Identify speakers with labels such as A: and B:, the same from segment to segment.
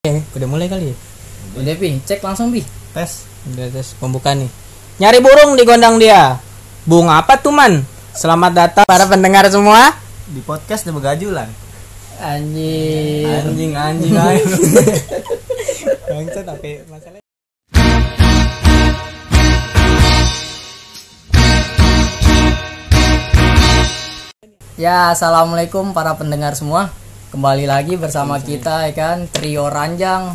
A: Udah mulai kali ya?
B: Udah Pi, cek langsung Pi.
A: Tes. Udah tes pembuka nih. Nyari burung di gondang dia. Bunga apa tuh man? Selamat datang para pendengar semua
C: di podcast The Begajulan.
B: Anjing.
A: Bangsat tapi masalahnya.
B: Ya, assalamualaikum para pendengar semua. Kembali lagi bersama kita ya kan, trio ranjang.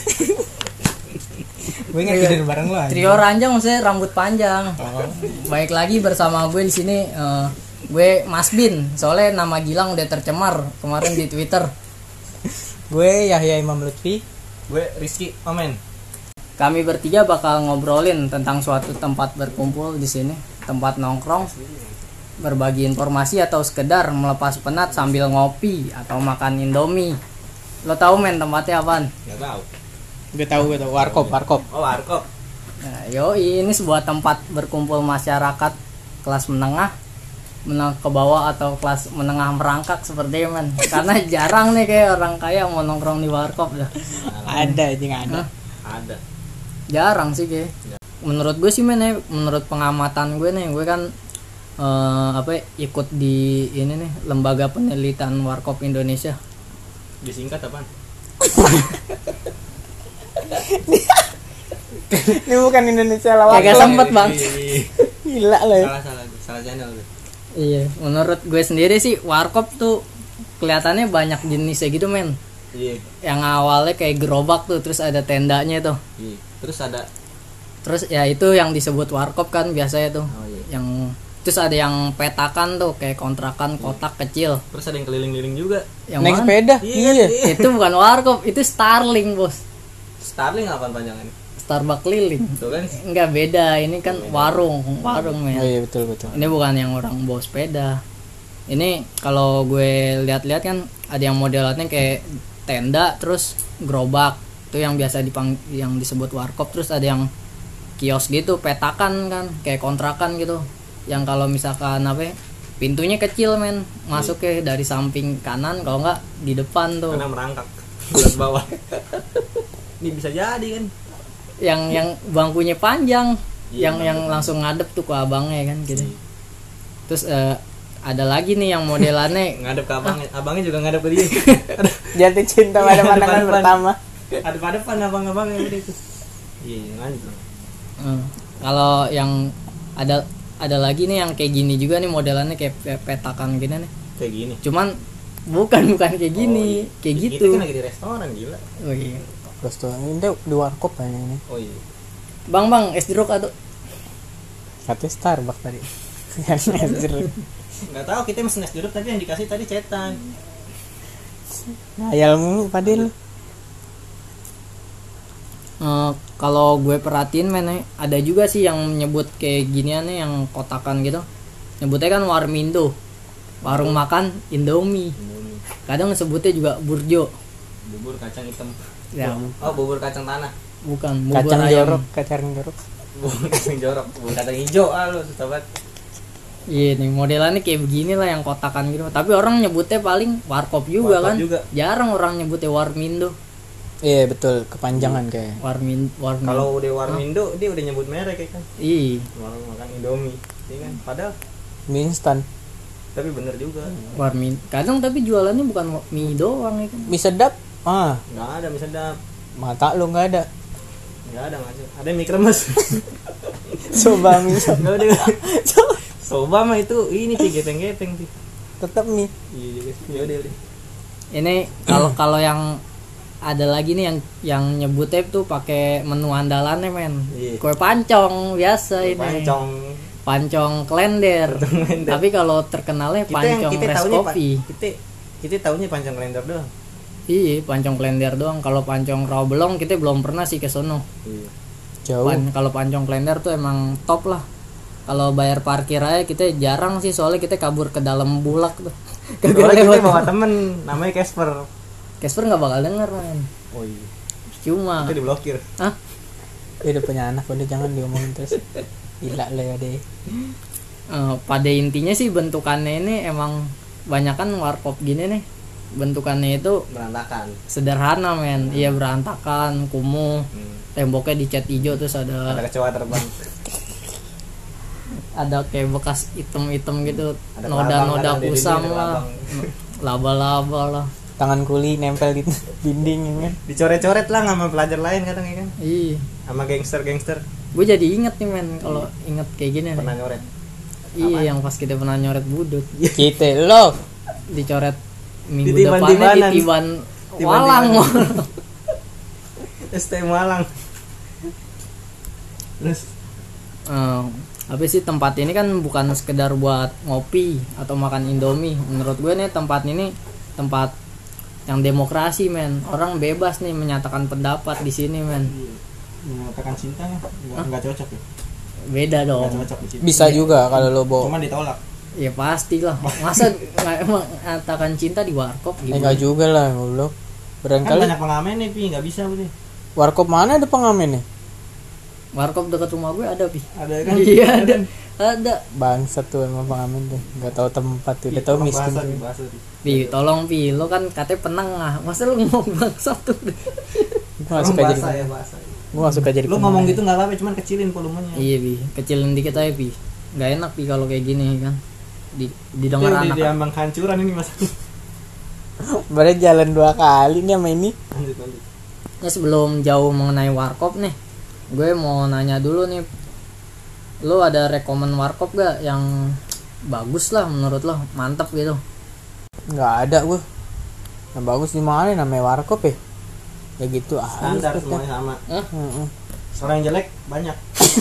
A: Gue nggak tidur bareng lo.
B: Trio ranjang maksudnya rambut panjang. Baik lagi bersama gue di sini. Gue Mas Bin. Soalnya nama Gilang udah tercemar kemarin di Twitter.
A: Gue Yahya Imam Lutfi.
C: Gue Rizky Omen.
B: Kami bertiga bakal ngobrolin tentang suatu tempat berkumpul di sini, tempat nongkrong, berbagi informasi atau sekedar melepas penat sambil ngopi atau makan Indomie. Lo tahu men tempatnya apaan?
C: Gak tahu.
A: Gue tahu Warkop.
C: Oh, Warkop.
B: Nah, ini sebuah tempat berkumpul masyarakat kelas menengah ke bawah atau kelas menengah merangkak seperti men. Karena jarang nih kayak orang kaya mau nongkrong di Warkop dah.
A: Ada aja nggak ada.
C: Ada.
B: Jarang sih kayak. Menurut gue sih men, menurut pengamatan gue nih, gue kan ikut di ini nih lembaga penelitian Warkop Indonesia.
C: Disingkat apaan?
A: Ini bukan Indonesia lawak.
B: Kagak sempet bang.
A: Gila lo ya.
C: Salah channel tuh.
B: Iya, menurut gue sendiri sih Warkop tuh kelihatannya banyak jenisnya gitu men.
C: Iya.
B: Yang awalnya kayak gerobak tuh, terus ada tendanya tuh.
C: Iya. Terus
B: Ya itu yang disebut Warkop kan biasanya tuh.
C: Oh, iya.
B: Yang terus ada yang petakan tuh kayak kontrakan kotak kecil.
C: Terus ada yang keliling-keliling juga.
B: Yang
A: Naik
B: mana?
A: sepeda.
C: Iya.
B: Itu bukan Warkop, itu Starling bos.
C: Starling apaan panjangannya?
B: Starbucks keliling.
C: Tuh kan.
B: Enggak beda, ini kan warung men.
A: Oh iya betul.
B: Ini bukan yang orang bawa sepeda. Ini kalau gue lihat-lihat kan ada yang modelnya kayak tenda terus gerobak. Itu yang biasa yang disebut Warkop. Terus ada yang kios gitu, petakan kan, kayak kontrakan gitu. Yang kalau misalkan pintunya kecil men, masuknya dari samping kanan, kalau enggak di depan tuh.
C: Karena merangkak bulat bawah. Ini bisa jadi kan.
B: Yang bangkunya panjang,
C: Iya,
B: yang langsung ngadep tuh ke abangnya kan gitu. Terus ada lagi nih yang modelannya
C: Ngadep ke abangnya. Abangnya juga ngadep ke dia.
A: Jatuh cinta pada pandangan pertama.
C: Adep-adepan abang-abangnya udah itu. Iya, lanjut.
B: Kalau yang ada lagi nih yang kayak gini juga nih modelannya kayak petakan gini nih.
C: Kayak gini.
B: Cuman bukan kayak gini, kayak
C: Kita
B: gitu.
C: kan lagi di restoran gila.
B: Oh iya.
A: Restoran ini di Warkop kayaknya ini.
C: Oh iya.
B: Bang, es jeruk atau
A: Katanya Starbucks tadi.
C: Nggak tahu, kita mesen es jeruk tapi yang dikasih tadi cetan.
A: Ngayal mulu Padil.
B: Kalau gue perhatiin men, ada juga sih yang nyebut kayak ginian nih yang kotakan gitu. Nyebutnya kan Warmindo. Warung makan Indomie. Kadang sebutnya juga burjo.
C: Bubur kacang hitam.
B: Ya,
C: Oh, bubur kacang tanah.
B: bukan bubur
A: Kacang
B: ayam.
A: jorok.
C: Bubur kacang jorok, bubur kacang hijau. Lu susah banget.
B: Iya nih modelannya kayak begini lah yang kotakan gitu. Tapi orang nyebutnya paling Warkop juga
C: Warkop
B: kan.
C: juga.
B: Jarang orang nyebutnya Warmindo.
A: Iya betul, kepanjangan kayak.
B: Warmindo.
C: Kalau udah Warmindo, dia udah nyebut merek ya kan.
B: Iya.
C: Warung makan Indomie, iya kan. Padahal
A: Mie instan.
C: tapi bener juga.
B: Warmindo. Kadang tapi jualannya bukan mie doang ya kan.
A: Mie sedap.
C: Nggak ada mie sedap.
A: Mata lu nggak ada.
C: Nggak ada nggak ada. Ada mie kremes.
A: Coba mie.
C: Nggak ada. Soba mah itu ini sih gepeng-gepeng sih.
A: Tetap mie.
C: Iya juga sih. Ya udah.
B: Ini kalau yang ada lagi nih yang nyebutnya tuh pakai menu andalannya men.
C: Iya.
B: Kue pancong biasa ini.
C: Pancong
B: Klender. Tapi kalau terkenalnya pancong
C: kita
B: res
C: taunya
B: kopi.
C: kita taunya pancong klender doang.
B: Iya, pancong klender doang. Kalau pancong rawa belong kita belum pernah sih ke sono.
C: Iya.
A: Jauh.
B: Kalau pancong klender tuh emang top lah. Kalau bayar parkir aja kita jarang sih, soalnya kita kabur ke dalam bulak tuh.
C: Soalnya kita bawa temen namanya Casper.
B: Casper nggak bakal denger man.
C: Oh iya.
B: Cuma.
C: Itu diblokir.
B: Hah?
A: Dia udah punya anak, udah jangan diomongin terus. Gila lah ya deh.
B: Pada intinya sih bentukannya ini emang banyakan Warkop gini nih. bentukannya itu
C: Berantakan.
B: sederhana men. Iya berantakan, kumuh. Temboknya dicat hijau terus
C: Ada
B: ada
C: kecoa terbang.
B: kayak bekas item-item gitu,
C: Ada
B: noda-noda
C: kelabang, ada
B: kusam
C: dinding, ada
B: lah,
C: kelabang.
B: laba-laba lah.
A: Tangan kuli nempel di dinding ya kan.
C: Dicoret-coret lah sama pelajar lain kadang ya kan.
B: Iya,
C: Sama gangster-gangster
B: gue jadi inget nih men kalau inget kayak gini nih.
C: pernah nyoret.
B: Iya, yang pas kita pernah nyoret budut,
A: Kita lo
B: dicoret minggu
C: Ditiban-tibanan.
B: depannya ditiban walang.
C: STM Malang. Terus
B: Apa sih, tempat ini kan bukan sekedar buat ngopi atau makan Indomie. Menurut gue nih tempat ini tempat yang demokrasi men. Orang bebas nih menyatakan pendapat di sini men.
C: mengatakan cinta nggak cocok ya.
B: Beda
C: Nggak
B: dong.
C: cocok di situ.
A: bisa juga kalau lo
C: Cuma ditolak.
B: Ya pastilah. Masa nggak mengatakan cinta di warkop gitu?
A: enggak juga lah lo.
C: Kan
A: Barangkali
C: banyak pengamen nih, Pi, nggak bisa nih.
A: warkop mana ada pengamen nih?
B: Warkop dekat rumah gue ada pi.
C: Ada kan?
B: Iya ada.
A: Bangsat tuh emang pengamen tuh. Enggak tahu tempat tuh, udah tahu miskin tuh.
C: Bahasa, Pi.
B: Pi, tolong pi, lo kan katanya penengah. Masa lo ngomong bangsat tuh?
A: Gua enggak suka jadi.
C: Bahasa ya bahasa.
A: Gua enggak suka jadi.
C: Lu ngomong gitu nggak apa-apa, cuman kecilin volumenya.
B: Iya pi, kecilin dikit aja pi. Nggak enak pi kalau kayak gini kan. Didengar
C: Udah
B: anak.
C: diambang hancuran ini mas.
A: Baru jalan 2 kali nih sama ini.
C: Lanjut.
B: Ya sebelum jauh mengenai warkop nih, gue mau nanya dulu nih, lo ada rekomen warkop gak yang bagus lah menurut lo, mantep gitu?
A: Enggak ada gua. Yang bagus di mana namanya warkop ya? Ya gitu
C: Standar
A: aja.
C: semuanya sama.
A: Heeh.
C: Orang yang jelek banyak.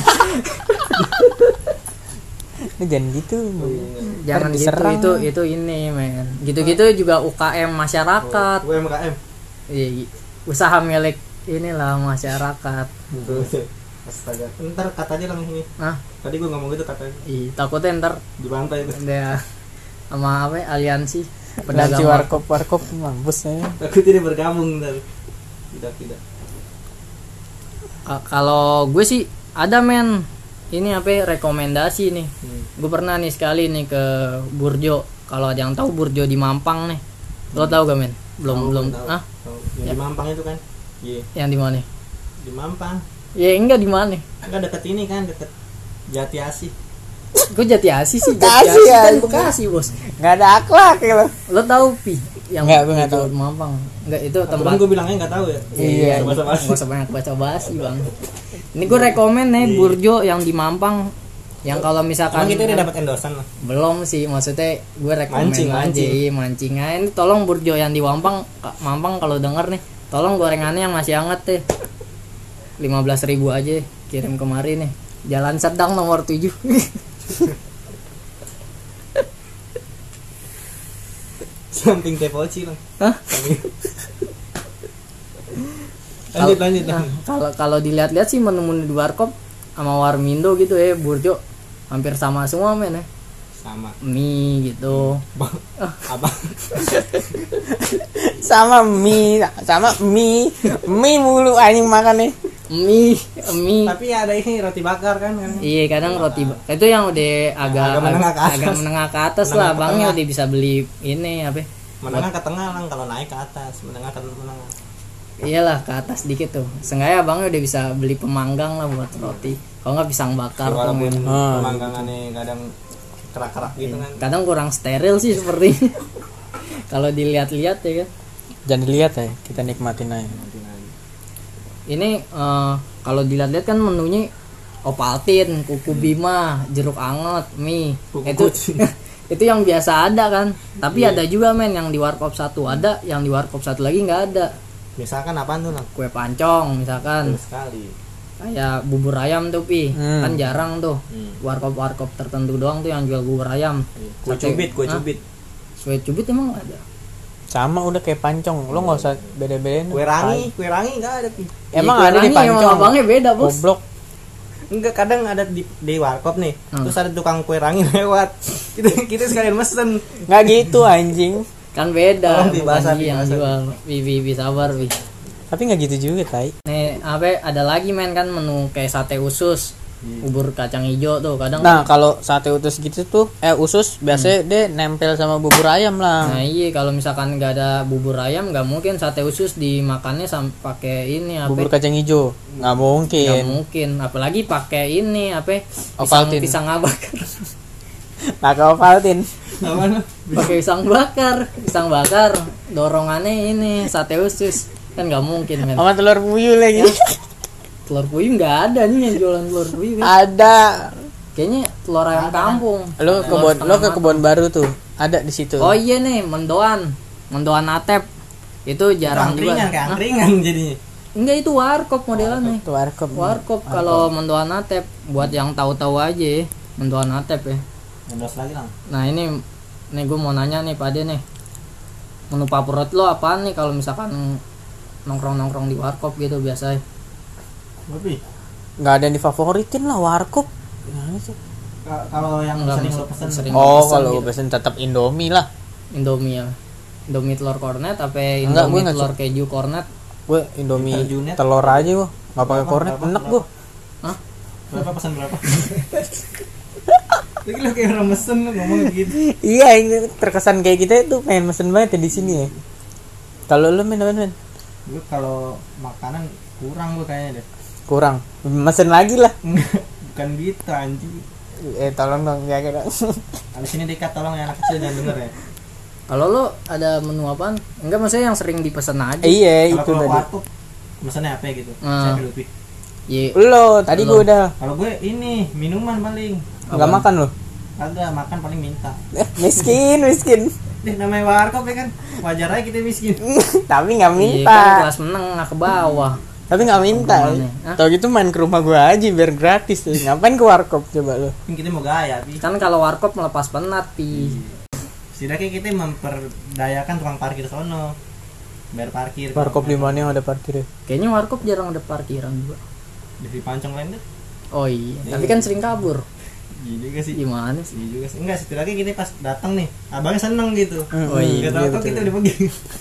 A: Ini jangan gitu.
B: Jangan gitu,
A: diserang.
B: itu ini men. Gitu-gitu juga UKM masyarakat.
C: UMKM.
B: Iya, usaha milik inilah masyarakat.
C: Astaga. Ntar kata aja lang ini.
B: Nah,
C: Tadi gue ngomong gitu katanya
B: takutnya ntar
C: dibantai itu.
B: ada sama apa ya, aliansi
A: Pedagang
B: pedagang
A: warkop mampus ya.
C: Aku tidak bergabung ntar. Tidak.
B: Kalau gue sih ada men, ini apa ya, rekomendasi nih. Gue pernah nih sekali nih ke Burjo. Kalau ada yang tahu Burjo di Mampang nih, lo tau gak men? Belum.
C: Tahu.
B: Ah,
C: Yang
B: Ya.
C: di Mampang itu kan. Iya.
B: yang di mana?
C: Di Mampang.
B: Ya enggak di mana?
C: Enggak deket ini kan, deket Jati Asih.
B: Gue Jati Asih sih.
A: Bekasi
B: Jati Asih kan
A: ya.
B: Bekasi bos.
A: Enggak ada akhlak ya lo.
B: Lo tahu pi? Yang
A: Nggak, gue nggak
B: Burjo
A: tahu.
B: di Mampang. Enggak itu
C: Temen
B: tempat.
C: gue bilangnya nggak tahu ya.
B: Iya.
C: Basa-basi.
B: Gak usah banyak baca basi bang. Ini gue rekomen nih Burjo yang di Mampang. Yang kalau misalkan
C: Emang kita udah dapat endorsan lah.
B: belum sih, maksudnya gue rekomen
C: Mancing.
B: aja mancing aja. Ini tolong Burjo yang di Mampang kalau denger nih, tolong gorengannya yang masih hangat deh. 15.000 aja kirim kemari nih. Jalan Sedang nomor 7.
C: Samping Tepoci lah.
B: Hah?
C: Lanjut.
B: Nah, kalau dilihat-lihat sih menu-menu di warkop sama Warmindo gitu ya, Burjo hampir sama semua men ya.
C: Sama.
B: Mie gitu.
C: Apa?
A: Sama mie mulu anjing makan nih.
B: Mie.
C: Tapi ada ini roti bakar kan.
B: Iya kadang roti itu yang udah agak
C: Agak menengah ke atas.
B: lah,
C: Menengah ke
B: bangnya
C: tengah.
B: udah bisa beli ini apa?
C: Menengah ke tengah lang, kalau naik ke atas, menengah ke menengah.
B: Iyalah ke atas dikit tuh. Sengaja abangnya udah bisa beli pemanggang lah buat roti. Kalau nggak pisang bakar tuh.
C: Walaupun
B: men.
C: pemanggangannya kadang kerak-kerak gitu kan.
B: Kadang kurang steril sih seperti kalau dilihat-lihat ya kan.
A: Jangan dilihat ya, kita nikmatin aja.
B: Ini kalau dilihat-lihat kan menunya Ovaltine, kuku Bima, jeruk anget, mie.
C: Kuku
B: Itu
C: kucing.
B: itu yang biasa ada kan. Tapi ada juga men yang di warkop satu ada, yang di warkop satu lagi nggak ada.
C: Misalkan apaan tuh lang?
B: Kue pancong misalkan.
C: Betul sekali.
B: Kayak bubur ayam tuh pi. Kan jarang tuh. Warkop-warkop tertentu doang tuh yang jual bubur ayam.
C: Kue cubit, kue
B: Hah?
C: cubit.
B: Kue cubit emang ada.
A: Sama udah kayak pancong, lo nggak usah beda-bedain.
C: Kue rangi nggak ada pi.
A: Emang
B: Kue
A: ada di
B: rangi
A: pancong.
B: Emang abangnya beda bos.
A: Goblok.
C: Enggak, kadang ada di warkop nih. Terus ada tukang kue rangi lewat. Kita sekalian mesen.
A: Nggak gitu anjing.
B: Kan beda.
C: Tolong dibahas,
B: bukan dia yang
C: dibahas.
B: jual. Bi sabar bi.
A: Tapi nggak gitu juga tai.
B: Nih apa ada lagi men kan menu kayak sate usus. bubur kacang hijau tuh kadang.
A: Nah kalau sate usus gitu tuh usus biasanya dia nempel sama bubur ayam lah.
B: Nah iya, kalau misalkan nggak ada bubur ayam nggak mungkin sate usus dimakannya pakai ini apa?
A: Bubur kacang hijau nggak mungkin.
B: Nggak mungkin, apalagi pakai ini apa?
A: Ovaltine.
B: Pisang bakar.
A: Pakai Ovaltine.
B: Pakai pisang bakar. Dorongannya ini sate usus kan nggak mungkin kan.
A: Sama telur puyuh lagi.
B: Telur puyuh nggak ada nih yang jualan telur puyuh kan.
A: Ada.
B: Kayaknya telur ayam kampung.
A: Lo ke kebun baru tuh ada di situ.
B: Oh iya nih, mendoan atep itu jarang juga.
C: Angkringan kayak angkringan jadinya.
B: Enggak, itu warkop modelannya.
A: Itu warkop.
B: Kalau mendoan atep buat yang tahu-tahu aja, mendoan atep ya.
C: Mendos lagi lang.
B: Nah ini gue mau nanya nih Pak Ade nih, menu favorit lo apaan nih kalau misalkan nongkrong di warkop gitu biasa?
C: Lebih.
A: Nggak ada yang difavoritin lah warkop. Gimana sih?
C: Kalau yang
B: Nggak,
C: sering lo pesen.
A: Oh
B: pesen
A: kalau
B: gitu.
A: gue pesen tetap Indomie lah.
B: Indomie ya. Indomie telur kornet apa
A: Enggak, gue
B: Indomie
A: nggak
B: telur keju kornet?
A: Gue Indomie
C: Terjunet.
A: telur aja gue. Nggak pakai kornet enak gue.
B: Hah?
C: Berapa pesan berapa? Lagi lo kayak orang mesen lo ngomong gitu.
A: Iya ini terkesan kayak kita itu pengen mesen banget ya di sini ya. Kalau lu men.
C: Gue kalau makanan kurang gue kayaknya deh.
A: Kurang. Mesen lagi lah.
C: Bukan gitu anjing.
A: Tolong dong ya kira.
C: Abis ini dikat tolong ya, anak kecil jangan denger ya.
B: Kalau lo ada menu apaan? Enggak, maksudnya yang sering dipesan aja.
A: Iya itu
C: Kalau
A: tadi.
C: warkop mesennya apa gitu? Saya lebih.
B: Iya.
A: Lo tadi gue udah
C: Kalau gue ini minuman paling.
A: nggak makan lo.
C: Ada makan paling minta.
A: Miskin.
C: Deh namanya warkop ya kan. Wajar aja kita miskin.
A: Tapi nggak
B: Iya,
A: minta.
B: kan kelas menengah ke bawah.
A: Tapi nggak minta.
B: Hah?
A: Tau gitu main ke rumah gue aja biar gratis tuh. Ngapain ke warkop coba lo?
C: Kan kita mau gaya, Pi.
B: Kan kalau warkop melepas penat, Pi.
C: Setidaknya kita memperdayakan tukang parkir sono. Bayar parkir.
A: Warkop di mana yang ada parkir?
B: Kayaknya warkop jarang ada parkiran juga.
C: Di Pancong lain deh.
B: Oh iya, tapi kan sering kabur.
C: Iya juga sih.
B: Gimana sih?
C: Iya juga sih. Enggak, setidaknya kita pas datang nih, abangnya seneng gitu.
B: Oh iya,
C: Gak tau kita udah pergi.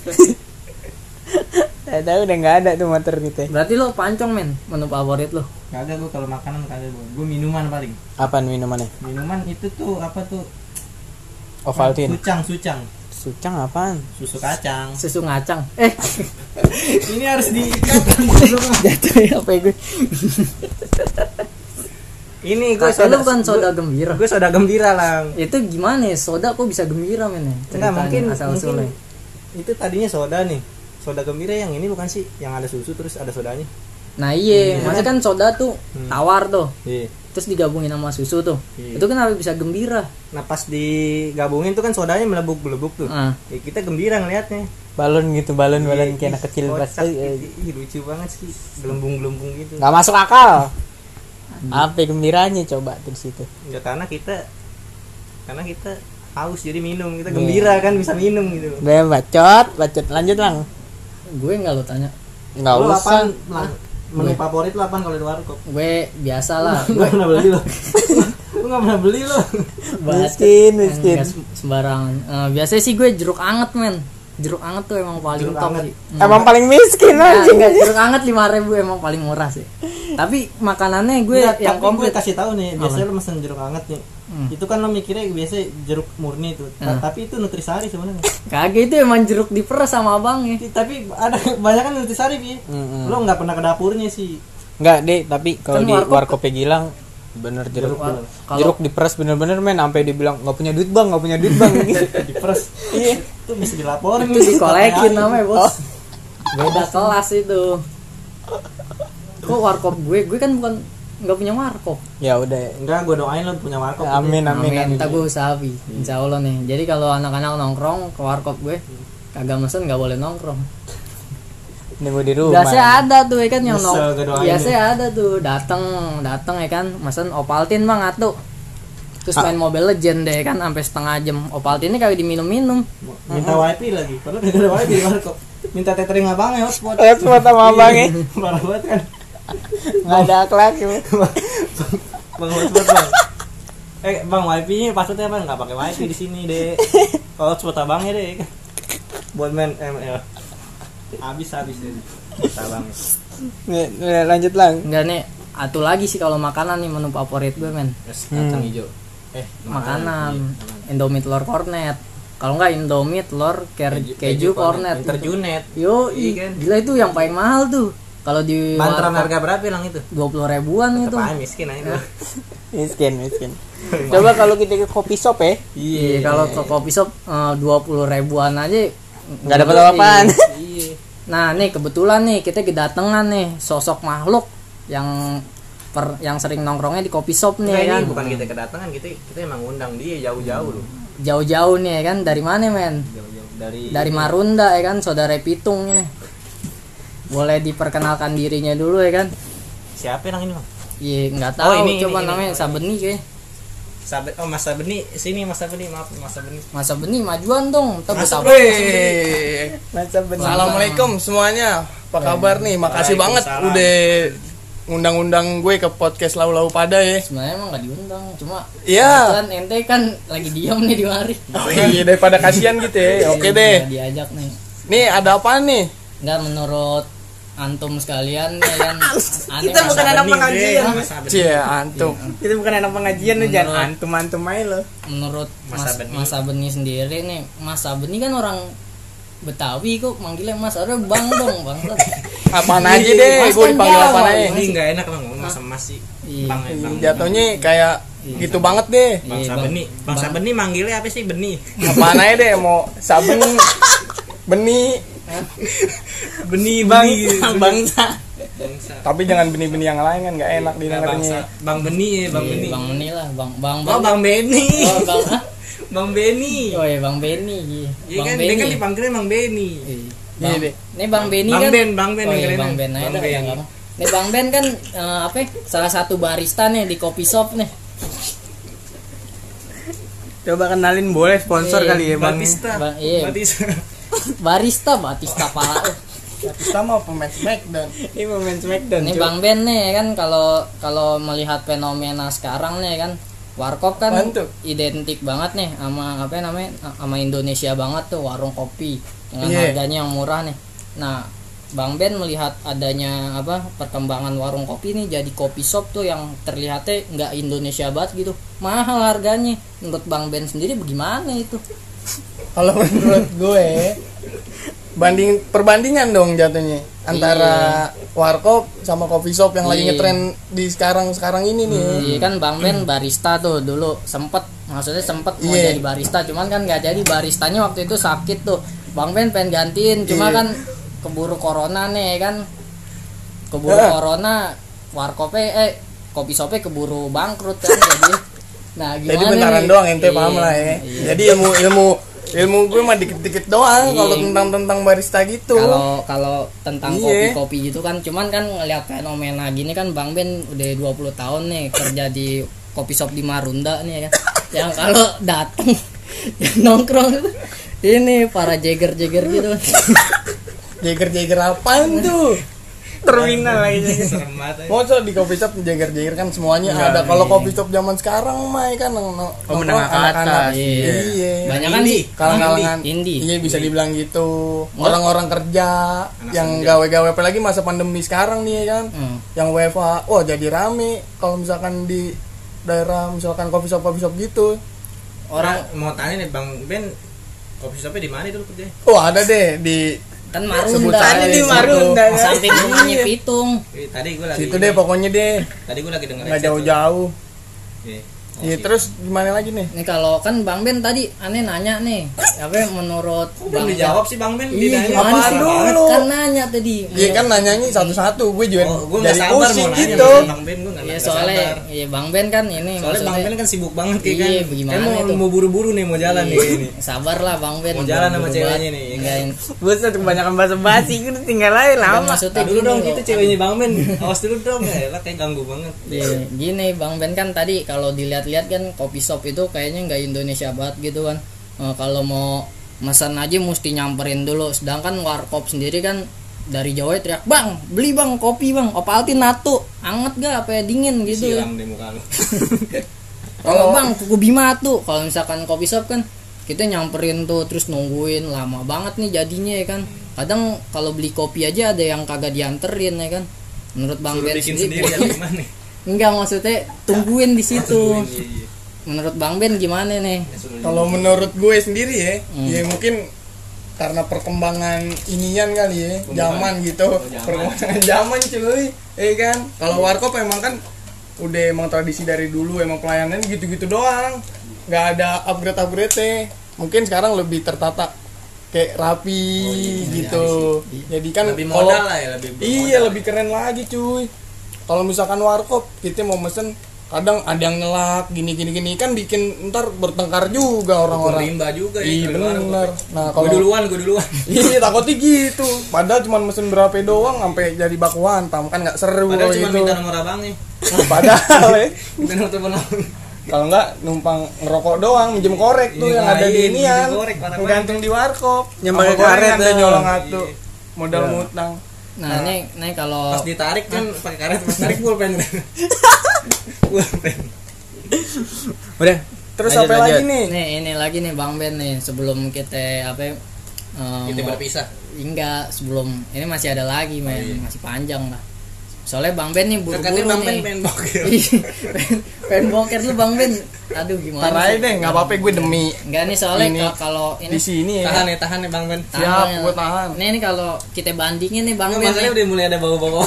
A: Saya tahu udah nggak ada tuh motor kita.
B: Berarti lo pancong men, menu favorit lo.
C: Kagak gue kalau makanan kagak gue minuman paling.
A: Apaan minumannya?
C: Minuman itu tuh apa tuh?
A: Ovaltine.
C: Sucang.
A: Sucang apaan?
C: Susu kacang.
B: Susu ngacang.
C: Ini harus diikat.
B: Jatuh ya apa gue?
C: Ini gue
B: Kata lu bukan soda gembira.
C: Gue soda gembira lang.
B: Itu gimana ya? Soda kok bisa gembira men ya?
C: Enggak, mungkin
B: asal usulnya.
C: itu tadinya soda nih. Soda gembira yang ini bukan sih, yang ada susu terus ada sodanya.
B: Nah iya, maksudnya kan soda tuh tawar tuh.
C: Iya.
B: Terus digabungin sama susu tuh.
C: Iya.
B: Itu kenapa bisa gembira?
C: Nah pas digabungin tuh kan sodanya melebuk-belebuk tuh.
B: Ah.
C: Ya, kita gembira ngeliatnya.
A: Balon gitu, balon kayak anak kecil pas.
C: Kocak, ih, lucu banget sih, gelembung-gelembung gitu.
A: Nggak masuk akal. Apa gembiranya coba tuh di situ?
C: Ya karena kita haus jadi minum, kita gembira kan bisa minum gitu.
A: Udah bacot lanjut lang.
B: Gue nggak lo tanya.
A: Nggak
C: Lu
A: usah.
C: apaan, Lang? Menu favorit lu apaan kalau di warkop?
B: Gue biasa lah.
C: Lu nggak pernah beli lo. Lu nggak pernah beli lo.
A: Miskin.
B: Nggak sembarangan. Biasanya sih gue jeruk anget men. Jeruk anget tuh emang paling
C: Jeruk
B: top
C: anget.
B: sih.
A: Emang paling miskin anjing.
B: Enggak, jeruk anget 5.000 emang paling murah sih. Tapi makanannya gue
C: Nggak,
B: yang
C: tapi
B: komplit.
C: gue kasih tahu nih, biasanya lu mesen jeruk anget nih. Itu kan lo mikirnya biasa jeruk murni itu. Tapi itu nutrisari sebenarnya.
B: Kagak, itu emang jeruk diperes sama abangnya.
C: Tapi ada banyak kan nutrisari Pi. Lo nggak pernah ke dapurnya sih.
A: Enggak deh, tapi kalau
B: Kan
A: di
B: warkop-
A: warkopnya Gilang bener jeruk.
B: Kalau-
A: Jeruk diperes bener-bener men sampai dibilang nggak punya duit bang gitu.
C: Diperes.
A: Iya.
C: Itu bisa dilaporin.
B: Itu dikolekin namanya bos. Beda kelas itu. Kok warkop gue kan bukan nggak punya warkop.
A: Ya udah.
C: Enggak, gue doain lo punya warkop.
A: Amin.
B: Kita gue usaha Pi. Insya Allah nih. Jadi kalau anak-anak nongkrong ke warkop gue kagak mesen nggak boleh nongkrong.
A: Nunggu di rumah.
B: Biasanya ada tuh ya kan yang
C: Nyesel gue doain
B: biasanya ada tuh datang ya kan mesen Ovaltine bang atuh. Terus main Mobile Legend deh kan sampai setengah jam. Ovaltine ini kagak diminum-minum.
C: Minta wifi lagi. Padahal gak ada wifi di warkop. Minta tethering abangnya hotspot.
A: Hotspot sama abangnya.
C: Parah banget kan.
A: Nggak ada akhlak ya.
C: Bang hotspot bang. Bang wifi-nya passwordnya apa? Nggak pakai wifi di sini deh. Hotspot abangnya deh. Buat main ML. Habis deh. Abangnya.
A: Nih, lanjut lang.
B: Enggak nih, Atu lagi sih kalau makanan nih menu favorit gue men.
C: Terus kacang hijau.
B: Makanan Indomie telur kornet. Kalau enggak Indomie telur keju kornet.
C: Interjunet.
B: Yo,
C: Iya kan?
B: gila itu yang paling mahal tuh. Kalau di
C: Bantaran
B: warkop
C: harga berapa bilang itu?
B: 20 ribuan itu.
C: Tetep aja miskin aja.
A: Miskin. Coba kalau kita ke kopi shop ya,
B: Iya, kalau ke kopi shop 20 ribuan aja
A: nggak dapat apa-apaan.
C: Iya.
B: Nah, nih kebetulan nih kita kedatangan nih sosok makhluk yang sering nongkrongnya di kopi shop nih
C: Enggak,
B: ya kan.
C: ini bukan kita kedatangan, kita emang undang dia jauh-jauh loh.
B: Jauh-jauh nih ya kan, dari mana men?
C: Jauh-jauh
B: Dari Marunda ya kan, saudara Pitung nih. Boleh diperkenalkan dirinya dulu ya kan?
C: Siapa yang ini, Bang?
B: Iya, nggak tahu. Coba
C: ini.
B: namanya Sabeni kayak.
C: Mas Sabeni, sini Mas Sabeni, maaf Mas Sabeni.
B: Mas Sabeni majuan dong. Ntar
C: Masuk,
B: betapa.
A: Masa benar.
D: Assalamualaikum semuanya. Apa kabar nih? Makasih banget
C: Waalaikumsalam.
D: udah undang-undang gue ke podcast Lau-Lau Pada ya.
B: Sebenarnya emang nggak diundang, cuma
D: Iya.
B: kebetulan ente kan lagi diam nih di mari.
D: Oh iya, daripada kasihan gitu ya. Oke deh.
B: Nggak diajak nih.
D: Nih ada apa nih?
B: Nggak, menurut antum sekalian ya kan. Aneh
A: Kita
B: Mas
A: bukan anak
B: Sabeni.
A: pengajian.
C: Mas Sabeni.
D: Cie antum.
A: Kita bukan anak pengajian lu, jangan
B: Menurut-
A: antum aja lo.
B: Menurut
C: Mas Sabeni.
B: Mas Sabeni sendiri nih, Mas Sabeni kan orang Betawi kok manggilnya Mas, ada Bang dong, Bang.
D: Apaan aja deh,
B: Mas
D: gue
B: kan
D: dipanggil
B: Jawa,
D: apaan aja.
C: Ini enggak enak lah ngomong sama Mas sih.
B: Iya.
C: Bang, Bang.
D: Jatuhnya kayak gitu banget deh.
C: Bang
B: Iya,
C: Sabeni. Bang Sabeni manggilnya apa sih? Beni.
D: Apaan aja deh, mau saben, benih,
C: Beni,
A: Bangsa.
C: Bangsa.
D: tapi jangan benih-benih yang lain kan nggak enak
C: Nah,
D: didengarnya.
C: Bang Beni ya, Bang
B: Iya,
C: Beni.
B: Bang Beni lah, Bang
C: Oh, Bang Beni.
B: Oh, Bang ah?
C: Bang Beni.
B: Oh iya, Bang Beni. Iya.
C: Iya
B: Bang
C: kan, dia kan dipanggilnya Bang Beni.
B: Iya.
D: Iya
B: Bang,
D: deh.
B: ini Bang Beni
C: Bang
B: kan.
C: Ben, Bang Ben
B: Oh
C: yang
B: iya,
C: keren.
B: Bang Ben aja
C: Bang
B: dah,
C: Ben.
B: ya nggak apa. Nih Bang Ben kan apa? Salah satu barista nih di kopi shop nih.
A: Coba kenalin boleh sponsor
B: Iya,
A: kali ya, Bang.
C: Batista.
B: Iya.
C: Batista.
B: Batista pala.
D: Kita mau pemain Smackdown.
A: Ini momen Smackdown.
B: Ini
A: Cuk.
B: Bang Ben nih kan, kalau melihat fenomena sekarang nih kan, warkop kan
D: Mantap.
B: identik banget nih sama apa namanya, sama Indonesia banget tuh, warung kopi dengan
D: Iya.
B: harganya yang murah nih. Nah, Bang Ben melihat adanya apa perkembangan warung kopi nih jadi kopi shop tuh yang terlihatnya nggak Indonesia banget gitu, mahal harganya. Menurut Bang Ben sendiri bagaimana itu?
D: Kalau menurut gue perbandingan dong jatuhnya antara warkop sama coffee shop yang lagi
B: Iya.
D: ngetren di sekarang ini nih.
B: Iya kan Bang Ben barista tuh dulu sempet mau
D: Iya.
B: jadi barista, cuman kan nggak jadi, baristanya waktu itu sakit tuh. Bang Ben pengen gantiin, cuma
D: Iya.
B: kan keburu corona nih kan, keburu corona, warkopnya kopi shopnya keburu bangkrut kan jadi. Nah gimana
D: Jadi bentaran
B: nih?
D: doang ente
B: Iya,
D: paham lah ya.
B: iya.
D: Jadi ilmu gue mah dikit-dikit doang
B: Iya.
D: kalau tentang barista gitu.
B: Kalau tentang
D: Iya.
B: kopi-kopi gitu kan, cuman kan ngeliat fenomena gini kan, Bang Ben udah 20 tahun nih kerja di kopi shop di Marunda nih ya kan. Yang kalau datang yang nongkrong itu, ini para jeger-jeger gitu.
D: Jager apaan tuh?
A: Terminal lagi.
C: Serem banget.
D: Masa di coffee shop jager kan semuanya
A: Enggak,
D: ada. Kalau
B: iya.
D: coffee shop zaman sekarang mah kan nongkrong
A: menengah ke
D: anak-anak.
A: atas.
D: Iya.
B: Banyak kan sih
D: Kalangan
B: indie.
D: Iya bisa dibilang gitu. Orang-orang kerja yang gawe-gawe apalagi masa pandemi sekarang nih ya kan. Yang WFH, wah jadi rame kalau misalkan di daerah misalkan coffee shop gitu.
C: Orang mau tanya nih Bang Ben, kopi shopnya di mana dulu kerja?
D: Oh ada deh di
B: Kan
D: sebut
B: Marunda.
D: aja
A: di
D: situ.
A: Marunda.
B: Samping rumahnya Pitung.
C: Tadi gue lagi.
D: Situ deh pokoknya deh.
C: Tadi gue lagi denger.
D: Nggak jauh-jauh. Iya
C: Iya.
D: terus gimana lagi nih?
B: Nih kalau kan Bang Ben tadi aneh nanya nih, apa menurut
C: Belum dijawab sih Bang Ben.
B: Iya,
C: ditanya.
B: gimana
D: apaan
B: sih
D: dulu?
B: Kan nanya tadi.
D: Iya kan nanyanya satu-satu, gue juga
C: Oh, gue nggak
D: jadi
C: sabar mau
D: pusing
C: nanya
D: gitu.
C: sama Bang Ben, gue nggak
B: Iya
C: nggak
B: soalnya
C: sabar.
B: iya Bang Ben kan ini
C: Soalnya Bang Ben kan sibuk banget kayak kan.
B: Iya, bagaimana
C: Kan
B: itu?
C: mau buru-buru nih mau jalan nih ini.
B: sabar lah Bang Ben.
C: Mau jalan sama
B: Buru-buru
C: ceweknya
B: banget.
C: nih, ya kan?
B: Enggak,
A: Buset kebanyakan bahasa basi, gue tinggal aja
B: enggak
A: lama.
B: maksudnya
C: Nah, dulu
B: gini
C: dong
B: loh.
C: gitu ceweknya Bang Ben. Awas dulu dong ya, lah kayak ganggu banget.
B: Iya, gini Bang Ben kan tadi kalau dilihat-lihat kan kopi shop itu kayaknya nggak Indonesia banget gitu kan. Kalau mau pesan aja mesti nyamperin dulu. Sedangkan warkop sendiri kan dari Jawa teriak, "Bang, beli Bang kopi Bang, Ovaltine Natu. Anget gak apa ya dingin gitu."
C: Siram deh muka lu.
B: Kalau Bang, Kuku Bima tuh. Kalau misalkan kopi shop kan kita nyamperin tuh terus nungguin lama banget nih jadinya ya kan. Kadang kalau beli kopi aja ada yang kagak dianterin ya kan. Menurut Bang
C: Suruh
B: Ben
C: bikin sendiri ya gimana?
B: Enggak, maksudnya tungguin di situ.
C: Iya.
B: Menurut Bang Ben gimana nih?
D: Kalau menurut gue sendiri ya, ya mungkin karena perkembangan inian kali ya, zaman gitu, perkembangan zaman cuy, kan. Kalau warkop emang kan udah emang tradisi dari dulu, emang pelayanan gitu-gitu doang, nggak ada upgrade. Mungkin sekarang lebih tertata, kayak rapi gitu. Jadi kan
C: lebih modal lah ya, lebih bermodal.
D: Iya, lebih keren lagi cuy. Kalau misalkan warkop kita mau mesen, kadang ada yang ngelak gini kan bikin ntar bertengkar juga orang-orang.
C: Rimba juga ya.
D: Iya bener. Nah
C: Gue duluan.
D: Iya takutnya gitu. Padahal cuma mesen berapa doang sampai jadi baku hantam kan nggak seru.
C: Padahal cuma
D: gitu.
C: minta nomor abangnya.
D: Padahal ya.
C: Bukan nomor telepon abang.
D: Kalau nggak numpang ngerokok doang, minjem korek tuh yang ada di inian, gantung di warkop.
A: Yang pakai karet
D: ada
A: tuh.
D: nyolong atu, modal ngutang.
B: Nah, ini kalau
C: Pas ditarik kan pakai karet, pas tarik pulpen. Pulpen.
A: Udah.
D: Terus
A: Lanjut,
D: apa lagi
A: lanjut.
D: nih?
B: nih ini lagi nih Bang Ben nih sebelum kita
C: Kita berpisah.
B: enggak, sebelum ini masih ada lagi men, masih panjang lah. Soalnya Bang Ben nih
C: Katanya
B: buru-buru
C: Bang Ben
B: nih.
C: pengen boker.
B: Pengen boker lu Bang Ben. Aduh gimana
D: Ntar aja
B: sih?
D: deh, nggak apa-apa gue demi
B: Enggak nih soalnya
D: Ini.
B: kalau ini
D: di sini ya.
C: Tahan nih Bang Ben.
D: Siap, gue tahan.
B: Ini kalau kita bandingin nih Bang
C: Enggak,
B: Ben.
C: masalahnya
B: nih.
C: udah mulai ada bau-bau.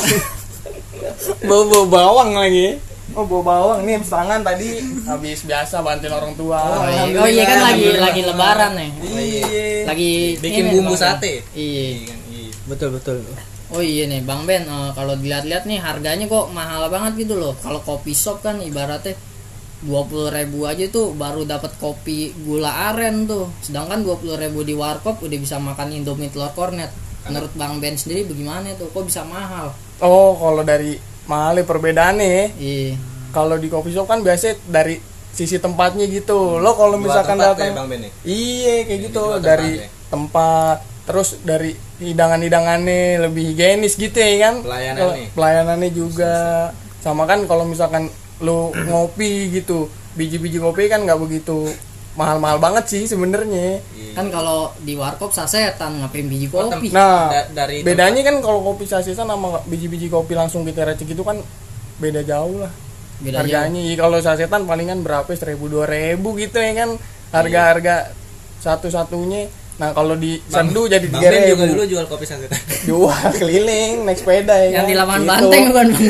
D: Bawa bawang lagi. Oh bawa bawang nih habis tangan tadi habis biasa bantuin orang tua.
B: Oh iya kan lagi lebaran nih.
D: Iya.
B: Lagi
C: Bikin
B: ini,
C: bumbu
B: Bang Ben.
C: sate.
B: Iya.
A: Betul.
B: Oh iya nih Bang Ben, kalau dilihat-lihat nih harganya kok mahal banget gitu loh. Kalau kopi shop kan ibaratnya 20.000 aja tuh baru dapat kopi gula aren tuh. Sedangkan 20.000 di warkop udah bisa makan Indomie telur kornet. Menurut Bang Ben sendiri bagaimana tuh? Kok bisa mahal?
D: Oh kalau dari mahal perbedaannya ya.
B: Iya.
D: Kalau di coffee shop kan biasanya dari sisi tempatnya gitu. Lo kalau misalkan datang
C: Bang Ben nih.
D: iya kayak gitu
C: Dua
D: dari
C: tempat ya.
D: tempat, terus dari hidangannya lebih higienis gitu ya kan. Pelayanannya juga. Sama kan kalau misalkan lo ngopi gitu, biji-biji kopi kan nggak begitu mahal-mahal banget sih sebenarnya.
B: Kan kalau di warkop sasetan ngapain biji kopi?
D: Nah,
C: dari
D: bedanya kan kalau kopi sasetan sama biji-biji kopi langsung kita racik itu kan beda jauh lah.
B: Beda
D: Harganya kalau sasetan palingan berapa? 1.000-2.000 gitu ya kan. Harga-harga satu-satunya. Nah, kalau di serdu jadi
C: Bang Ben juga
D: 3.000.
C: dulu jual kopi sasetan.
D: Jual keliling naik sepeda ya.
B: Yang di
D: kan?
B: lapangan
D: Gitu.
B: banteng bukan Bang?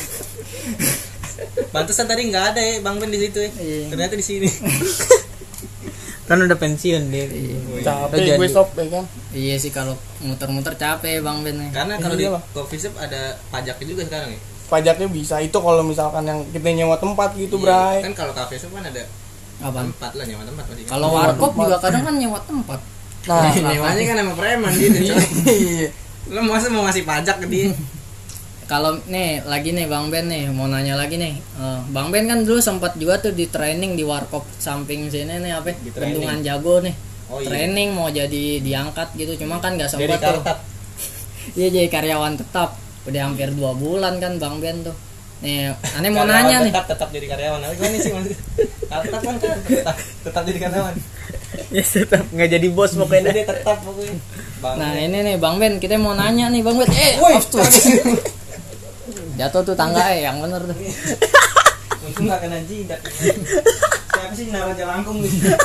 C: Pantesan tadi nggak ada ya Bang Ben di situ ya.
B: Iya.
C: Ternyata di sini.
A: Kan udah pensiun dia.
D: Capek
A: Udah
D: gue
A: jadi.
D: stop ya kan.
B: Iya sih kalau muter-muter capek Bang Ben nih.
C: Karena kalau di
D: Iyalah.
C: coffee shop ada pajaknya juga sekarang ya.
D: Pajaknya bisa itu kalau misalkan yang kita nyewa tempat gitu,
C: Iya,
D: Bray.
C: Kan kalau cafe shop kan ada
B: Apaan?
C: tempat lah, nyewa tempat pasti.
B: Kalau warkop juga kadang kan nyewa tempat.
D: Nah,
C: nyewanya kan sama preman gitu. coy.
D: iya.
C: Lo masa mau ngasih pajak ke dia?
B: Kalau nih lagi nih Bang Ben nih mau nanya lagi nih. Bang Ben kan dulu sempat juga tuh di training di warkop samping sini nih apa?
C: Di training.
B: Bendungan Jago nih.
C: Oh iya.
B: Training mau jadi diangkat gitu cuma kan nggak
C: Dari
B: sempat tuh.
C: kartat.
B: Iya jadi karyawan tetap. Udah hampir 2 bulan kan Bang Ben tuh. Nih, aneh mau nanya nih.
C: Tetap jadi karyawan. Nah, gimana sih maksudnya? Kartat kan tetap jadi karyawan.
A: Ya tetap nggak jadi bos pokoknya.
C: Dia tetap pokoknya. Bang.
B: Nah ini nih Bang Ben kita mau nanya nih Bang Ben. Off tuh. Jatuh tuh tangga yang bener tuh.
C: Untung nggak kena jidat. Siapa sih naruh jalangkung di sini?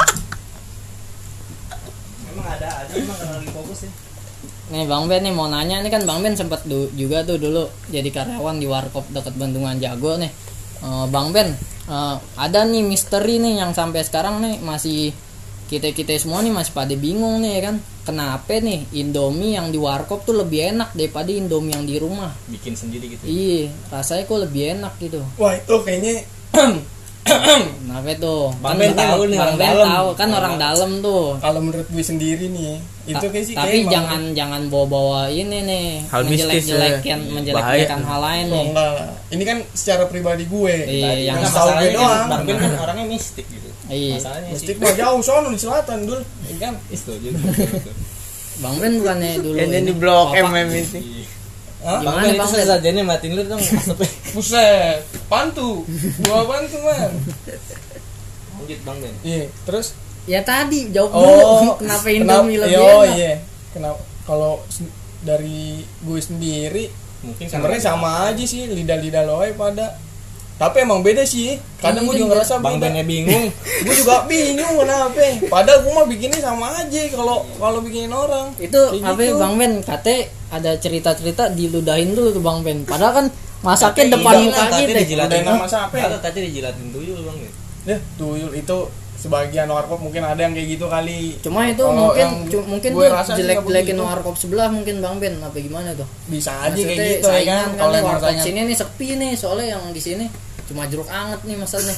C: Memang ada aja emang kalau lagi fokus ya.
B: Nih Bang Ben nih mau nanya nih kan Bang Ben sempat juga tuh dulu jadi karyawan di warkop dekat Bendungan Jago nih. Bang Ben ada nih misteri nih yang sampai sekarang nih masih kita semua nih masih pada bingung nih ya kan. Kenapa nih Indomie yang di warkop tuh lebih enak daripada Indomie yang di rumah?
C: Bikin sendiri gitu.
B: Iya, rasanya kok lebih enak gitu.
D: Wah, itu kayaknya
B: Kenapa tuh?
C: Bang Ben tahu nih,
B: Bang
C: orang
B: Ben
C: dalam.
B: tahu kan orang dalam tuh.
D: kalau menurut gue sendiri nih, itu kayak sih
B: Tapi
D: kayak
B: jangan bawa-bawa ini nih
A: Hal mistis ya.
B: menjelek-jelekan hal lain nih.
D: enggak. Ini kan secara pribadi gue.
B: Iya, yang
D: Yang
C: Nah,
D: tahu gue
C: masalahnya kan
D: doang.
C: Bang Ben kan orangnya mistik gitu.
B: Iya.
C: Masalahnya
D: Mesti
C: sih.
D: mah jauh sono di selatan dul, ya kan?
C: Itu juga.
B: Bang Ben bukannya dulu
A: Yang
B: ini
A: di blok M
B: bapak-
A: ini.
D: Hah?
C: Bang
B: Gimana,
C: Ben itu
B: Bang Ben?
C: sesajennya matiin lu dong asapnya.
D: Buset, pantu. Gua pantu, man.
C: Lanjut Bang Ben.
D: Iya, terus
B: Ya tadi jawab
D: oh,
B: dulu kenapa Indomie lebih
D: oh
B: enak.
D: iya. Kenapa kalau dari gue sendiri
C: Mungkin
D: sebenarnya sama aja sih, lidah-lidah lo aja pada. Tapi emang beda sih. Kadang gue juga ngerasa
C: Bang
D: beda.
C: Bennya bingung.
D: Gue juga bingung kenapa. Padahal gue mah bikinnya sama aja kalau bikinin orang.
B: Itu
D: Kayak
B: apa
D: gitu.
B: Bang Ben kate ada cerita-cerita diludahin dulu tuh Bang Ben. Padahal kan masaknya
C: Tapi
B: depan
C: iya,
B: muka
C: katanya
B: kita.
C: dijilatin
D: Udah nama siapa ya?
C: Kagak, katanya dijilatin tuyul Bang.
D: Ya, tuyul itu sebagian warkop mungkin ada yang kayak gitu kali.
B: Cuma itu
D: Kalau
B: mungkin
D: yang
B: mungkin
D: gue
B: tuh
D: rasa sih nggak
B: jelek-jelekin
D: begitu.
B: warkop sebelah mungkin Bang Ben apa gimana tuh?
D: Bisa aja kayak
B: Maksudnya
D: gitu ya
B: saingan
D: kan.
B: kan
D: Kalau
B: nih,
D: yang
B: warkop
D: rasanya
B: sini nih sepi nih soalnya yang di sini cuma jeruk anget nih masalahnya.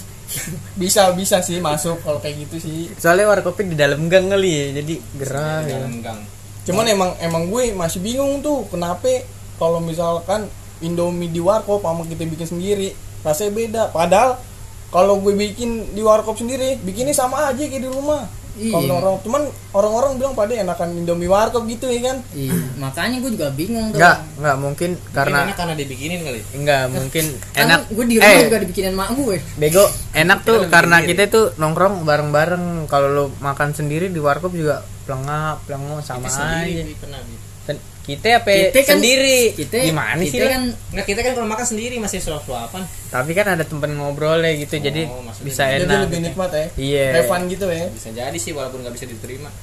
D: bisa sih masuk kalau kayak gitu sih.
A: Soalnya warkopnya di dalam gang kali ya, jadi gerah ya.
C: Dalam gang.
D: Cuman emang gue masih bingung tuh kenapa kalau misalkan Indomie di warkop sama kita bikin sendiri rasanya beda. Padahal kalau gue bikin di warkop sendiri bikinnya sama aja kayak di rumah.
B: Iya.
D: Kalau cuman orang-orang bilang pada enakan Indomie warkop gitu ya kan.
B: Iya, makanya gue juga bingung tuh.
A: Enggak mungkin
C: Karena
A: karena
C: dibikinin kali.
A: enggak mungkin
B: Kan
A: enak.
B: gue di rumah juga dibikinin mak gue.
A: Bego, enak tuh
C: Kita
A: karena
C: lebih
A: kita tuh nongkrong bareng-bareng. Kalau lu makan sendiri di warkop juga pelengap sama
C: Kita
A: aja.
C: sendiri pernah.
A: Kita apa
B: Kita kan-
A: sendiri?
B: Kita
A: Gimana sih
B: kita
A: lah?
B: kan
C: Enggak, kita kan kalau makan sendiri masih suap-suapan.
A: Tapi kan ada tempat ngobrolnya gitu, jadi
C: maksudnya
A: bisa
D: Jadi
A: enak.
D: lebih nikmat ya.
A: Iya.
D: Have fun gitu ya.
C: Bisa jadi sih walaupun nggak bisa diterima.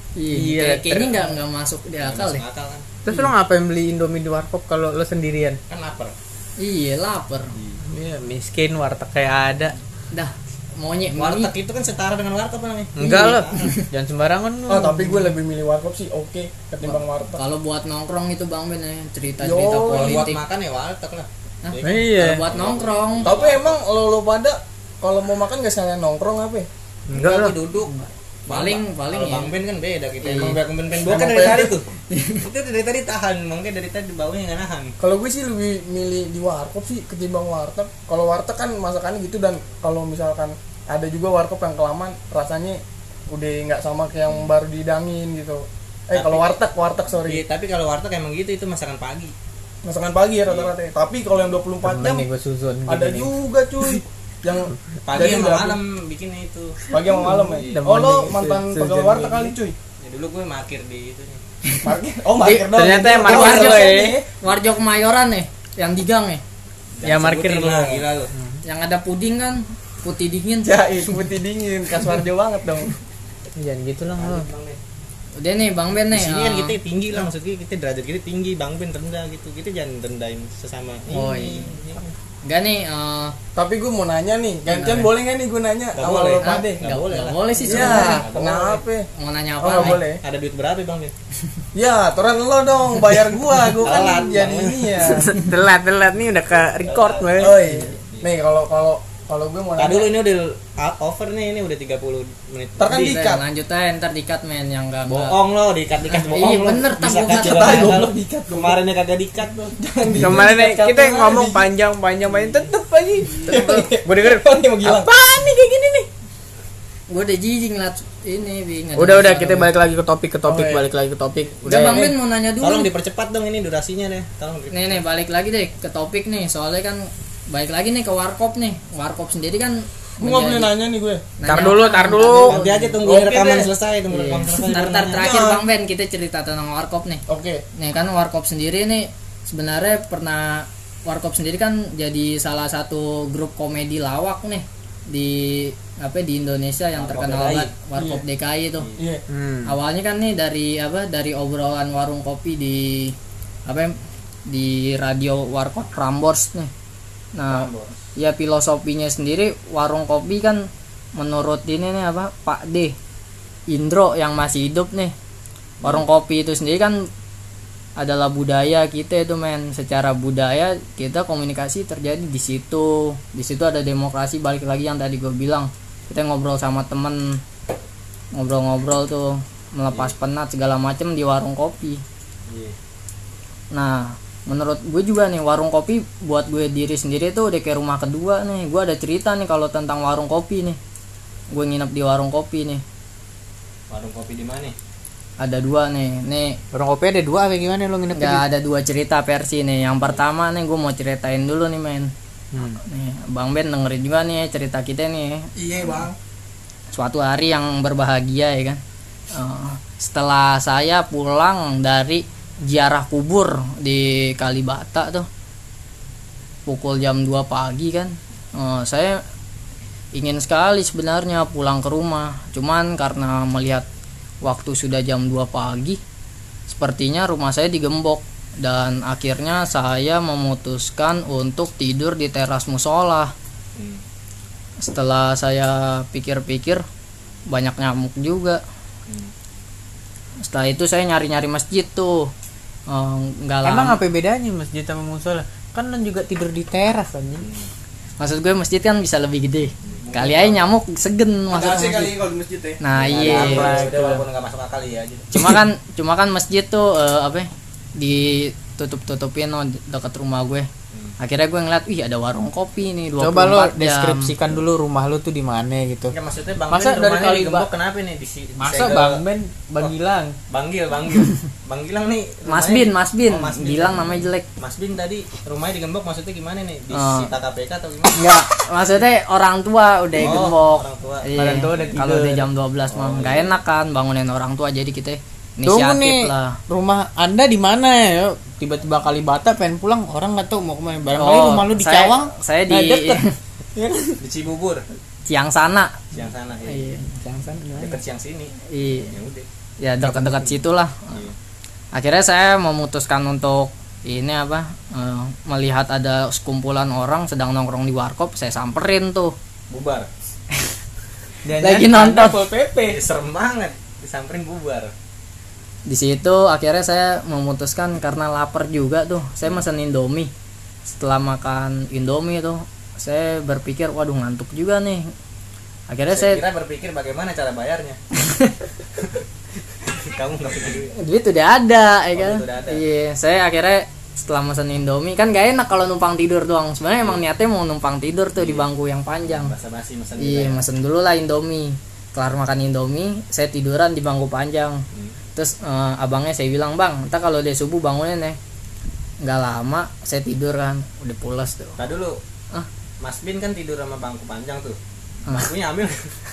A: Iya,
B: kayaknya nggak masuk di akal deh.
C: Masuk akal kan.
A: Terus lo ngapain beli Indomie di warkop kalau lo sendirian?
C: Kan lapar.
B: Iya lapar.
A: Iya, miskin warteg kayak ada.
B: Dah monyet
C: Warteg itu kan setara dengan warkop namanya.
A: Enggak lo. Jangan sembarangan lo.
D: Oh, tapi gue lebih milih warkop sih oke ketimbang warteg.
B: Kalau buat nongkrong itu Bang Ben ya, cerita-cerita
D: Yo,
C: Kalau buat
B: politik.
C: makan ya warteg lah.
B: Hah?
C: Ya kan?
A: Iya.
B: Kalau buat nongkrong.
D: Tapi emang lo pada kalau mau makan gak sekalian nongkrong apa?
A: Enggak lo.
C: Aku duduk.
B: Paling
C: Kalau
B: ya.
C: Bang Ben kan beda kita.
B: Iya.
C: Emang Bang Ben
D: Emang
C: kan dari
D: Ben.
C: tadi tuh. Itu dari tadi tahan, mungkin dari tadi baunya nggak nahan.
D: Kalau gue sih lebih milih di warkop sih ketimbang warteg. Kalau warteg kan masakannya gitu, dan kalau misalkan ada juga warkop yang kelamaan rasanya udah nggak sama kayak yang baru didangin gitu. Kalau warteg sorry.
C: Iya, tapi kalau warteg emang gitu, itu masakan pagi.
D: Masakan pagi ya rata-rata. Tapi kalau yang 24 jam
A: Nih gue susun.
D: ada
A: gini nih.
D: juga cuy. Yang
C: Pagi
D: jadi
C: sama
D: udah-
C: malam bikinnya itu.
D: Pagi sama malam ya.
A: Iya.
D: Oh lo
A: Temen
D: mantan
A: nih,
D: pegawai
A: sejen
D: warteg
A: gini.
D: kali cuy.
C: Ya dulu gue makir di itu nih.
D: Markir. Oh markir doang.
A: Ternyata yang
D: Oh,
A: markir
D: warkop
A: lo ya.
D: nih.
B: Warjo Kemayoran nih, yang di gang ya.
A: Ya markir
C: Sebutin
A: lo.
C: lah, gila lu.
B: Yang ada puding kan, putih dingin.
D: Jahit putih dingin, Kaswarjo banget dong.
A: Jangan gitu lah lo.
B: Udah nih Bang Ben nih.
C: Di sini kan
B: ah,
C: kita tinggi lah, maksudnya kita derajat kita tinggi, Bang Ben rendah gitu. Kita jangan rendahin sesama.
B: Oh,
C: ini.
B: Enggak nih,
D: Tapi gue mau nanya nih, gantian boleh nggak nih gue nanya
C: Nggak
D: sama
C: boleh.
D: lo pade?
C: Nggak boleh lah.
B: boleh sih
D: Ya,
B: sebenarnya.
D: kenapa?
B: Mau nanya
D: Oh
B: apa
D: nggak
B: nih?
D: boleh.
C: Ada duit berapa Bang Ben?
D: Ya, aturan lo dong, bayar gua kan
C: Telat,
D: jadi
C: Bang.
D: ini ya.
A: Telat nih udah ke record lo.
D: Oi, nih kalau gue mau
C: Tadi dulu
D: nanya,
C: ini udah over nih, ini udah 30 menit.
D: Ntar kan
C: lebih.
D: di-cut.
B: Lanjut aja ntar dikat men yang enggak.
C: Bohong lo, dikat bohong
B: Iya,
C: lo.
B: bener, tak
C: Bisa
B: gua
C: cut
B: kata.
C: juga
D: Tadi
C: mahal.
D: goblok di-cut.
C: Kemarinnya kagak dikat lo.
A: Kemarin nih
D: Di-cut
A: kita
D: yang
A: ngomong
D: ada di-
A: panjang tetep aja. Gue denger.
D: Oh, ini mau gilang.
A: Apaan nih kayak gini nih?
B: Gue udah jijik ngeliat ini bingung.
A: Udah kita balik lagi ke topik
D: Oh, iya.
A: balik lagi ke topik.
B: Udah Bang
A: ya.
B: Ben mau nanya
C: Tolong
B: dulu.
C: dipercepat dong ini durasinya deh. Tolong.
B: Nih balik lagi deh ke topik nih. Soalnya kan balik lagi nih ke warkop nih. Warkop sendiri kan
D: Gue nggak boleh nanya nih gue.
A: Tar dulu.
C: Nanti aja tunggu
D: Oke
C: rekaman
D: deh.
C: selesai, tunggu
B: Iya.
C: rekaman selesai.
B: Ntar
C: baru nanya.
B: terakhir
D: Ya.
B: Bang Ben kita cerita tentang warkop nih.
D: Oke.
B: Nih kan warkop sendiri nih sebenarnya pernah warkop sendiri kan jadi salah satu grup komedi lawak nih di Indonesia yang
C: Warkop
B: terkenal
C: DKI.
B: banget warkop DKI itu.
D: Iya.
B: Awalnya kan nih dari obrolan warung kopi di radio warkop Prambors nih. Nah, ya filosofinya sendiri warung kopi kan menurut ini nih Pak D Indro yang masih hidup nih. Warung kopi itu sendiri kan adalah budaya kita itu men. Secara budaya kita komunikasi terjadi di situ. Di situ ada demokrasi, balik lagi yang tadi gue bilang. Kita ngobrol sama temen, ngobrol-ngobrol tuh melepas penat segala macem di warung kopi.
C: Iya.
B: Nah, menurut gue juga nih warung kopi buat gue diri sendiri tuh udah kayak rumah kedua nih. Gue ada cerita nih kalau tentang warung kopi nih. Gue nginep di warung kopi nih.
C: Warung kopi di mana?
B: Ada dua nih. Nih,
A: Warung kopi ada dua apa gimana lo nginep
B: nggak ada dua cerita versi nih. Yang pertama nih gue mau ceritain dulu nih men. Nih, Bang Ben dengerin juga nih cerita kita nih.
D: Iya bang.
B: Suatu hari yang berbahagia ya kan. Setelah saya pulang dari ziarah kubur di Kalibata tuh pukul jam 2 pagi kan. Saya ingin sekali sebenarnya pulang ke rumah, cuman karena melihat waktu sudah jam 2 pagi sepertinya rumah saya digembok, dan akhirnya saya memutuskan untuk tidur di teras musola. Setelah saya pikir-pikir banyak nyamuk juga. Setelah itu saya nyari-nyari masjid tuh. Nggak lama.
A: Emang apa bedanya masjid sama musola? Kan juga tidur di teras anjing.
B: Maksud gue masjid kan bisa lebih gede. Kali aja nyamuk segen masuk
D: Masih
B: masjid.
D: kali kalau di masjid ya.
B: Nah, iya.
C: Udah walaupun nggak masuk akal ya aja.
B: Cuma kan masjid tuh apa? Ditutup-tutupin dekat rumah gue. Akhirnya gue ngeliat, ada warung kopi nih 24
A: Coba lo
B: jam.
A: deskripsikan dulu rumah lo tuh di mana gitu.
C: Ya maksudnya Bang
A: Masa
C: Ben
A: dari
C: rumahnya
A: kali
C: digembok kenapa nih
A: Masa Bang Ben, Bang Gilang.
C: Bang Gilang nih.
B: Mas
C: rumahnya-
B: Bin,
C: Oh, Mas Bin.
B: bilang namanya jelek.
C: Mas Bin tadi rumahnya digembok maksudnya gimana nih? Disita KPK atau gimana?
B: Enggak, maksudnya orang tua udah gembok.
C: Orang tua.
B: Iya,
A: Orang tua udah tidur.
B: kalau di jam 12 malam nggak enak kan bangunin orang tua, jadi kita
A: Tunggu
B: inisiatif
A: nih,
B: lah.
A: rumah Anda di mana ya? Tiba-tiba Kalibata pengen pulang, orang nggak tahu mau kemana. Barangkali rumah lu di Cawang.
B: Saya di
A: Nah, deket. Ya kan?
C: Di Cibubur,
B: Ciang sana.
C: siang sana ya.
B: Iya.
A: Jangan gimana?
C: Deket siang sini.
B: Iya.
C: Ya udah.
B: Ya dekat-dekat situ lah.
C: Iya.
B: Akhirnya saya memutuskan untuk melihat ada sekumpulan orang sedang nongkrong di warkop, saya samperin tuh.
C: Bubar.
B: Lagi nonton.
A: Full PP.
C: Serem banget. Disamperin bubar.
B: Di situ akhirnya saya memutuskan karena lapar juga tuh, saya mesen Indomie. Setelah makan Indomie tuh, saya berpikir waduh ngantuk juga nih. Akhirnya
C: Saya
B: saya
C: kira berpikir bagaimana cara bayarnya. Kamu nggak punya duit.
B: duit udah ada ya kan.
C: duit udah ada.
B: Iya, saya akhirnya setelah mesen Indomie kan gak enak kalau numpang tidur doang. Sebenarnya emang niatnya mau numpang tidur tuh di bangku yang panjang.
C: Basa-basi mesen
B: Iya,
C: juga ya.
B: mesen dulu lah Indomie. Kelar makan Indomie, saya tiduran di bangku panjang. Terus abangnya saya bilang, "Bang, entar kalau dia subuh bangunin ya." Nggak lama saya tidur kan, udah pulas tuh.
C: Tadi dulu.
B: Ah.
C: Mas Bin kan tidur sama bangku panjang tuh. Bangkunya ambil.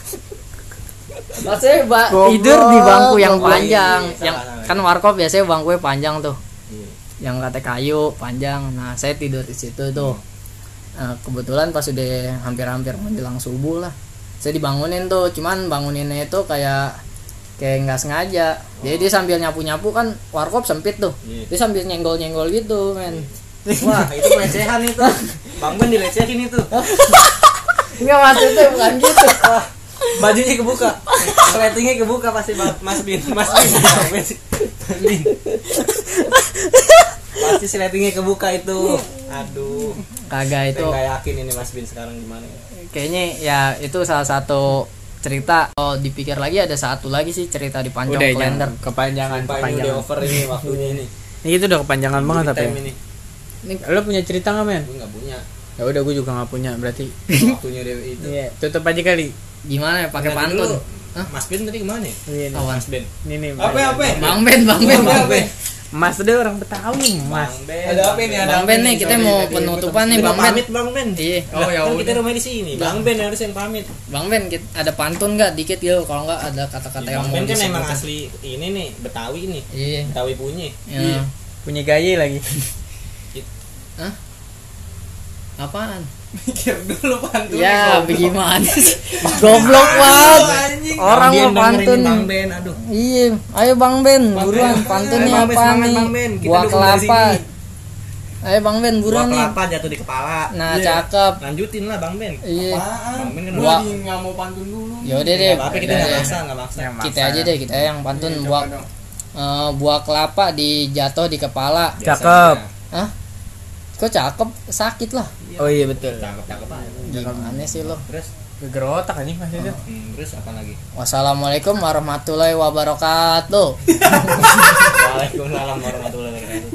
B: Saya
A: Goblok,
B: tidur di bangku yang
A: goblok.
B: panjang.
C: Iya,
B: Yang
C: salah.
B: kan warkop biasanya bangkunya panjang tuh.
C: Iya.
B: Yang kata kayu panjang. Nah, saya tidur di situ tuh. Kebetulan pas udah hampir-hampir menjelang subuh lah, saya dibangunin tuh. Cuman banguninnya itu kayak nggak sengaja. Jadi dia sambil nyapu-nyapu kan, warkop sempit tuh.
C: Iya.
B: Dia sambil nyenggol-nyenggol gitu, men.
C: Wah, itu pelecehan itu. Bang Ben dilecehin itu.
B: Enggak, maksudnya bukan gitu.
C: Bajunya kebuka. Sletingnya kebuka pasti Mas Bin. Mas Bin. Pasti sletingnya kebuka itu. Aduh.
B: Kagak itu.
C: Saya nggak yakin ini Mas Bin sekarang gimana.
B: Kayaknya ya itu salah satu cerita. Kalau dipikir lagi ada satu lagi sih cerita di Pancong
A: Udah
B: Kalender.
A: jangan kepanjangan,
C: Sumpah ini udah
A: kepanjangan.
C: over ini waktunya ini.
A: Ini itu udah kepanjangan banget tapi.
C: Time ini.
A: Lo punya cerita nggak men?
C: Gue nggak punya.
A: Ya udah gue juga nggak punya berarti.
C: Waktunya Dewi itu.
A: Iya, tutup aja kali.
B: Gimana ya pakai
C: Nanti
B: pantun?
C: dulu.
B: Hah?
C: Mas Ben tadi kemana?
A: Iya nih.
B: Awan.
C: Mas Ben.
A: Ini
C: Apa?
B: Bang Ben.
A: Mas udah orang Betawi, Mas.
C: Bang Ben.
D: Ada apa ini? Ada
B: Bang
D: apa
B: Ben
D: ini?
B: nih, kita
D: Sorry,
B: mau
D: tadi
B: penutupan
C: Ini
B: nih Bang Ben.
C: pamit Bang Ben.
B: Iya.
C: Oh ya
D: udah.
C: kita rumah di sini. Bang Ben harus yang pamit.
B: Bang Ben, ada pantun nggak dikit gitu? Kalau nggak ada kata-kata yang
C: Bang
B: mau
C: Ben kan emang
B: disebutin.
C: asli ini nih Betawi nih.
B: Iya.
C: Betawi punya.
B: Ya.
A: Punya gaya lagi.
B: Hah? Apaan?
D: Mikir dulu pantun.
B: Ya, bagaimana sih? Goblok banget. Orang
C: Bang Ben
B: mau pantun.
C: dengerin Bang Ben, aduh.
B: Iya, ayo Bang Ben, buruan pantunnya
C: Bang Ben,
B: apa
C: semangat,
B: nih?
C: Bang Ben. Kita
B: Buah
C: dukung dari
B: kelapa.
C: sini.
B: Ayo Bang Ben,
C: Buah
B: buruan nih.
C: kelapa jatuh di kepala.
B: Nah,
D: Iya.
B: cakep.
C: Lanjutin lah Bang Ben.
B: Iya.
D: Apaan?
C: Bang Ben kan
D: Gua
B: Buah.
D: lagi nggak mau pantun dulu.
B: Yaudah deh.
C: Nggak apa-apa kita
B: udah
C: nggak
B: deh.
C: maksa, nggak maksa.
B: Kita aja deh, kita yang pantun
D: Iya,
B: buah
D: coba dong.
B: buah kelapa dijatuh di kepala.
A: Cakep.
B: Hah? Kok cakep? Sakit lah.
A: Oh iya betul.
C: Cakep aja.
B: Gimana sih lo?
C: Terus
A: Geger otak anjing Mas itu.
C: terus apa lagi?
B: Wassalamualaikum warahmatullahi wabarakatuh.
C: Waalaikumsalam warahmatullahi wabarakatuh.